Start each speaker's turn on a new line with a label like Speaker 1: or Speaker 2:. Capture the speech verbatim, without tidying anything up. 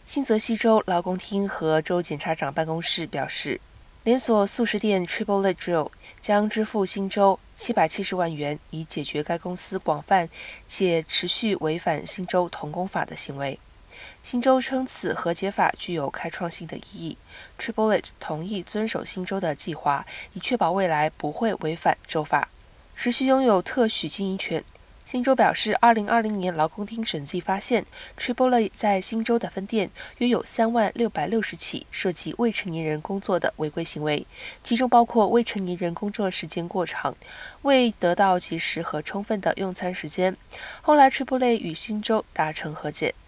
Speaker 1: 新泽西州劳工厅和州检察长办公室表示，连锁速食店 Chipotle Grill 将支付新州七百七十万元，以解决该公司广泛且持续违反新州童工法的行为。新州称此和解法具有开创性的意义。Chipotle 同意遵守新州的计划，以确保未来不会违反州法，持续拥有特许经营权。新州表示，二零二零年劳工厅审计发现 ，Chipotle 在新州的分店约有三万六百六十起涉及未成年人工作的违规行为，其中包括未成年人工作时间过长，未得到及时和充分的用餐时间。后来 ，Chipotle 与新州达成和解。